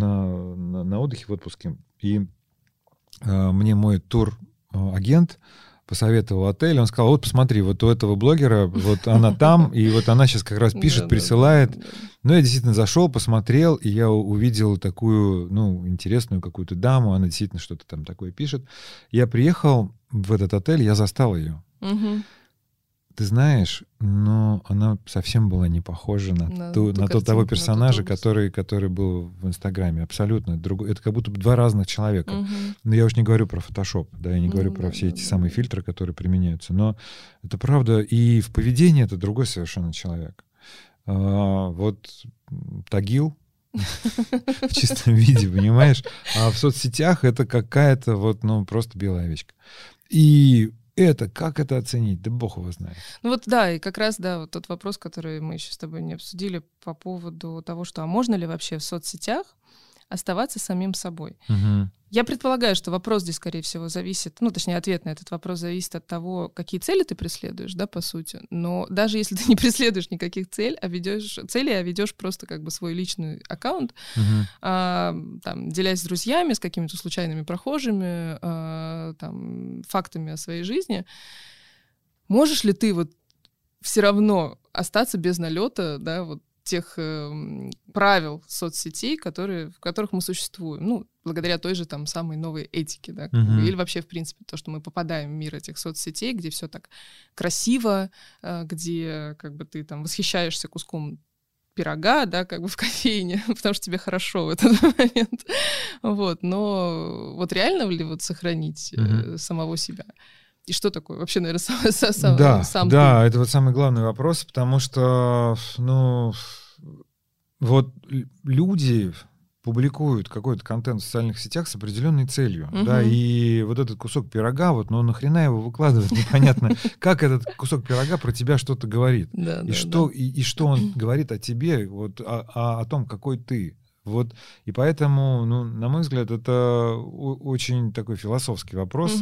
на отдыхе в отпуске, и мне мой турагент посоветовал отель, он сказал, вот посмотри, вот у этого блогера, вот она там, и вот она сейчас как раз пишет, присылает. Ну, я действительно зашел, посмотрел, и я увидел такую, ну, интересную какую-то даму, она действительно что-то там такое пишет. Я приехал в этот отель, я застал ее. Ты знаешь, но она совсем была не похожа на того персонажа, который был в Инстаграме. Абсолютно. Это как будто бы два разных человека. Но я уж не говорю про фотошоп, да, я не говорю про все эти самые фильтры, которые применяются. Но это правда. И в поведении это другой совершенно человек. Вот Тагил в чистом виде, понимаешь? А в соцсетях это какая-то вот, ну, просто белая овечка. И как это оценить? Да бог его знает. Ну вот да, и как раз, да, вот тот вопрос, который мы еще с тобой не обсудили по поводу того, что а можно ли вообще в соцсетях оставаться самим собой? Я предполагаю, что вопрос здесь, скорее всего, зависит, ну, точнее, ответ на этот вопрос зависит от того, какие цели ты преследуешь, да, по сути. Но даже если ты не преследуешь никаких целей, а ведешь просто как бы свой личный аккаунт, там, делясь с друзьями, с какими-то случайными прохожими, там, фактами о своей жизни, можешь ли ты вот все равно остаться без налета, да, вот тех правил соцсетей, в которых мы существуем, ну, благодаря той же там самой новой этике, да, или вообще, в принципе, то, что мы попадаем в мир этих соцсетей, где все так красиво, где как бы ты там восхищаешься куском пирога, да, как бы в кофейне, потому что тебе хорошо в этот момент. Вот, но вот реально ли вот сохранить самого себя? И что такое вообще, наверное, сам ты? Да, это вот самый главный вопрос, потому что, ну, вот люди публикуют какой-то контент в социальных сетях с определенной целью, да, и вот этот кусок пирога, вот, ну, нахрена его выкладывать, непонятно, как этот кусок пирога про тебя что-то говорит, и что он говорит о тебе, вот, о том, какой ты. Вот, и поэтому, ну, на мой взгляд, это очень такой философский вопрос,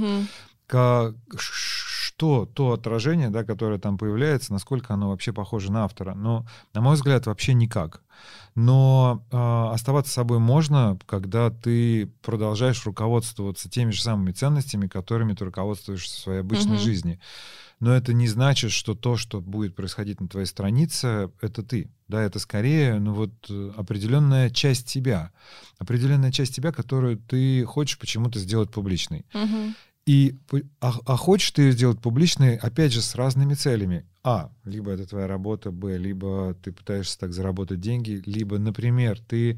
что то отражение, да, которое там появляется, насколько оно вообще похоже на автора. Но, на мой взгляд, вообще никак. Но оставаться собой можно, когда ты продолжаешь руководствоваться теми же самыми ценностями, которыми ты руководствуешься в своей обычной жизни. Но это не значит, что то, что будет происходить на твоей странице, это ты. Да, это скорее, ну вот, определенная часть тебя, которую ты хочешь почему-то сделать публичной. А хочешь ты ее сделать публичной, опять же, с разными целями. Либо это твоя работа, либо ты пытаешься так заработать деньги, либо, например, тебе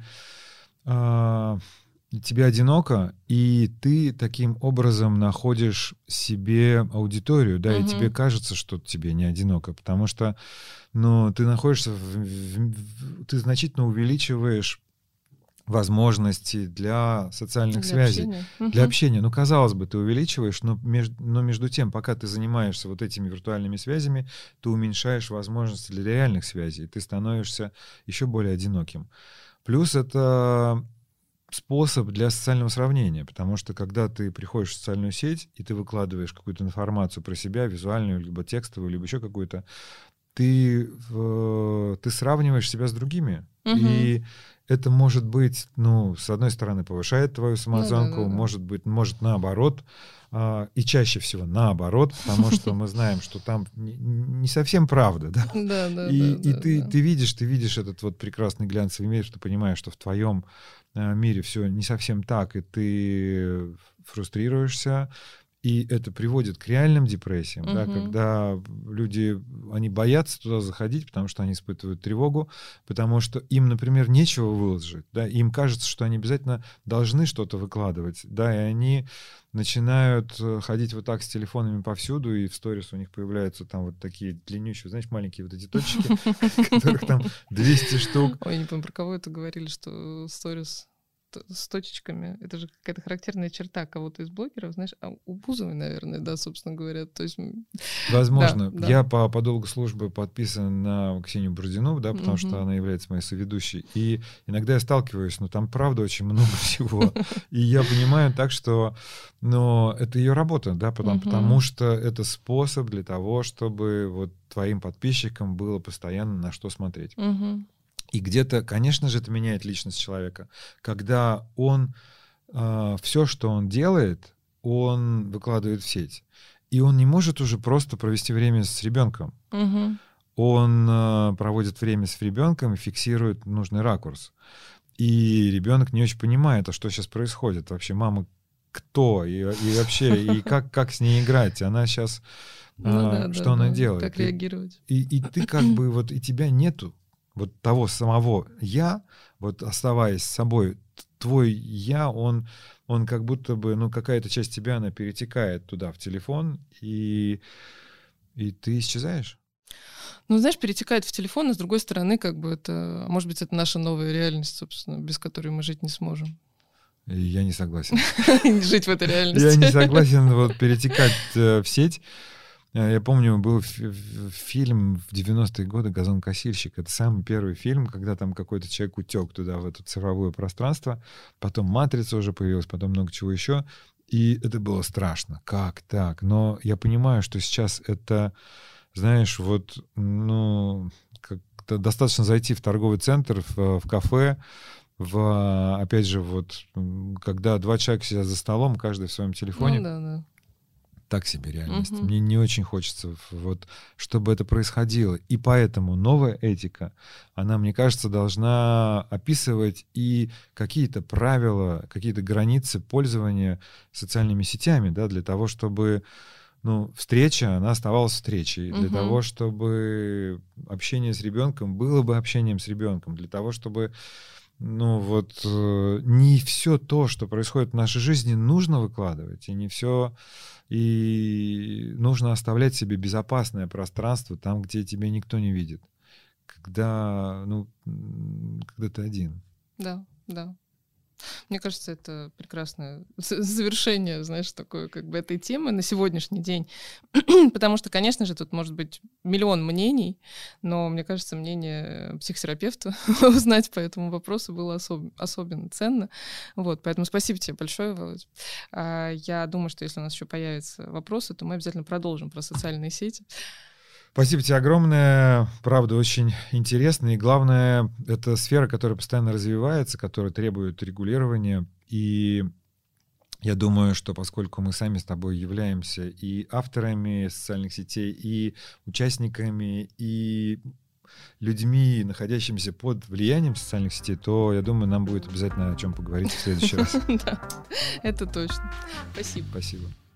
одиноко, и ты таким образом находишь себе аудиторию, да, и тебе кажется, что тебе не одиноко, потому что, ну, ты находишься, ты значительно увеличиваешь возможности для социальных связей, для общения. Ну, казалось бы, ты увеличиваешь, но между тем, пока ты занимаешься вот этими виртуальными связями, ты уменьшаешь возможности для реальных связей, ты становишься еще более одиноким. Плюс это способ для социального сравнения, потому что когда ты приходишь в социальную сеть, и ты выкладываешь какую-то информацию про себя, визуальную, либо текстовую, либо еще какую-то, ты сравниваешь себя с другими. И это может быть, ну, с одной стороны, повышает твою самооценку, может наоборот, и чаще всего наоборот, потому что мы знаем, что там не совсем правда, да? И ты видишь этот вот прекрасный глянцевый мир, что понимаешь, что в твоем мире все не совсем так, и ты фрустрируешься. И это приводит к реальным депрессиям, да, когда люди, они боятся туда заходить, потому что они испытывают тревогу, потому что им, например, нечего выложить, да, им кажется, что они обязательно должны что-то выкладывать, да, и они начинают ходить вот так с телефонами повсюду, и в сторис у них появляются там вот такие длиннющие, знаешь, маленькие вот эти точки, которых там 200 штук. Ой, не помню, про кого это говорили, что сторис с точечками. Это же какая-то характерная черта кого-то из блогеров, знаешь, а у Бузовой, наверное, да, собственно говоря. То есть... Возможно. Да. Я по долгу службы подписан на Ксению Бородину, да, потому что она является моей соведущей. И иногда я сталкиваюсь, но там, правда, очень много всего. И я понимаю так, что это ее работа, да, потому что это способ для того, чтобы вот твоим подписчикам было постоянно на что смотреть. И где-то, конечно же, это меняет личность человека. Когда он все, что он делает, он выкладывает в сеть. И он не может уже просто провести время с ребенком. Он проводит время с ребенком и фиксирует нужный ракурс. И ребенок не очень понимает, а что сейчас происходит. Вообще, мама кто? И вообще, и как с ней играть? Она сейчас... что она делает? Как реагировать? И ты как бы вот, и тебя нету вот того самого «я», вот оставаясь с собой, твой «я», он как будто бы, какая-то часть тебя, она перетекает туда, в телефон, и ты исчезаешь. Знаешь, перетекает в телефон, а с другой стороны, как бы это, может быть, это наша новая реальность, собственно, без которой мы жить не сможем. Я не согласен. Жить в этой реальности. Я не согласен вот перетекать в сеть. Я помню, был фильм в 90-е годы «Газонокосильщик». Это самый первый фильм, когда там какой-то человек утек туда, в это цифровое пространство. Потом «Матрица» уже появилась, потом много чего еще. И это было страшно. Как так? Но я понимаю, что сейчас это, знаешь, вот, как-то достаточно зайти в торговый центр, в кафе, опять же, вот, когда два человека сидят за столом, каждый в своем телефоне. Да. Так себе реальность. Мне не очень хочется, вот, чтобы это происходило. И поэтому новая этика, она, мне кажется, должна описывать и какие-то правила, какие-то границы пользования социальными сетями, да, для того, чтобы встреча, она оставалась встречей, для того, чтобы общение с ребенком было бы общением с ребенком, для того, чтобы не все то, что происходит в нашей жизни, нужно выкладывать, и не все, и нужно оставлять себе безопасное пространство там, где тебя никто не видит, когда ты один. Да. Мне кажется, это прекрасное завершение, знаешь, такое как бы этой темы на сегодняшний день. Потому что, конечно же, тут может быть миллион мнений, но, мне кажется, мнение психотерапевта узнать по этому вопросу было особенно ценно. Вот, поэтому спасибо тебе большое, Володь. Я думаю, что если у нас еще появятся вопросы, то мы обязательно продолжим про социальные сети. Спасибо тебе огромное. Правда, очень интересно. И главное, это сфера, которая постоянно развивается, которая требует регулирования. И я думаю, что поскольку мы сами с тобой являемся и авторами социальных сетей, и участниками, и людьми, находящимися под влиянием социальных сетей, то, я думаю, нам будет обязательно о чем поговорить в следующий раз. Да, это точно. Спасибо. Спасибо.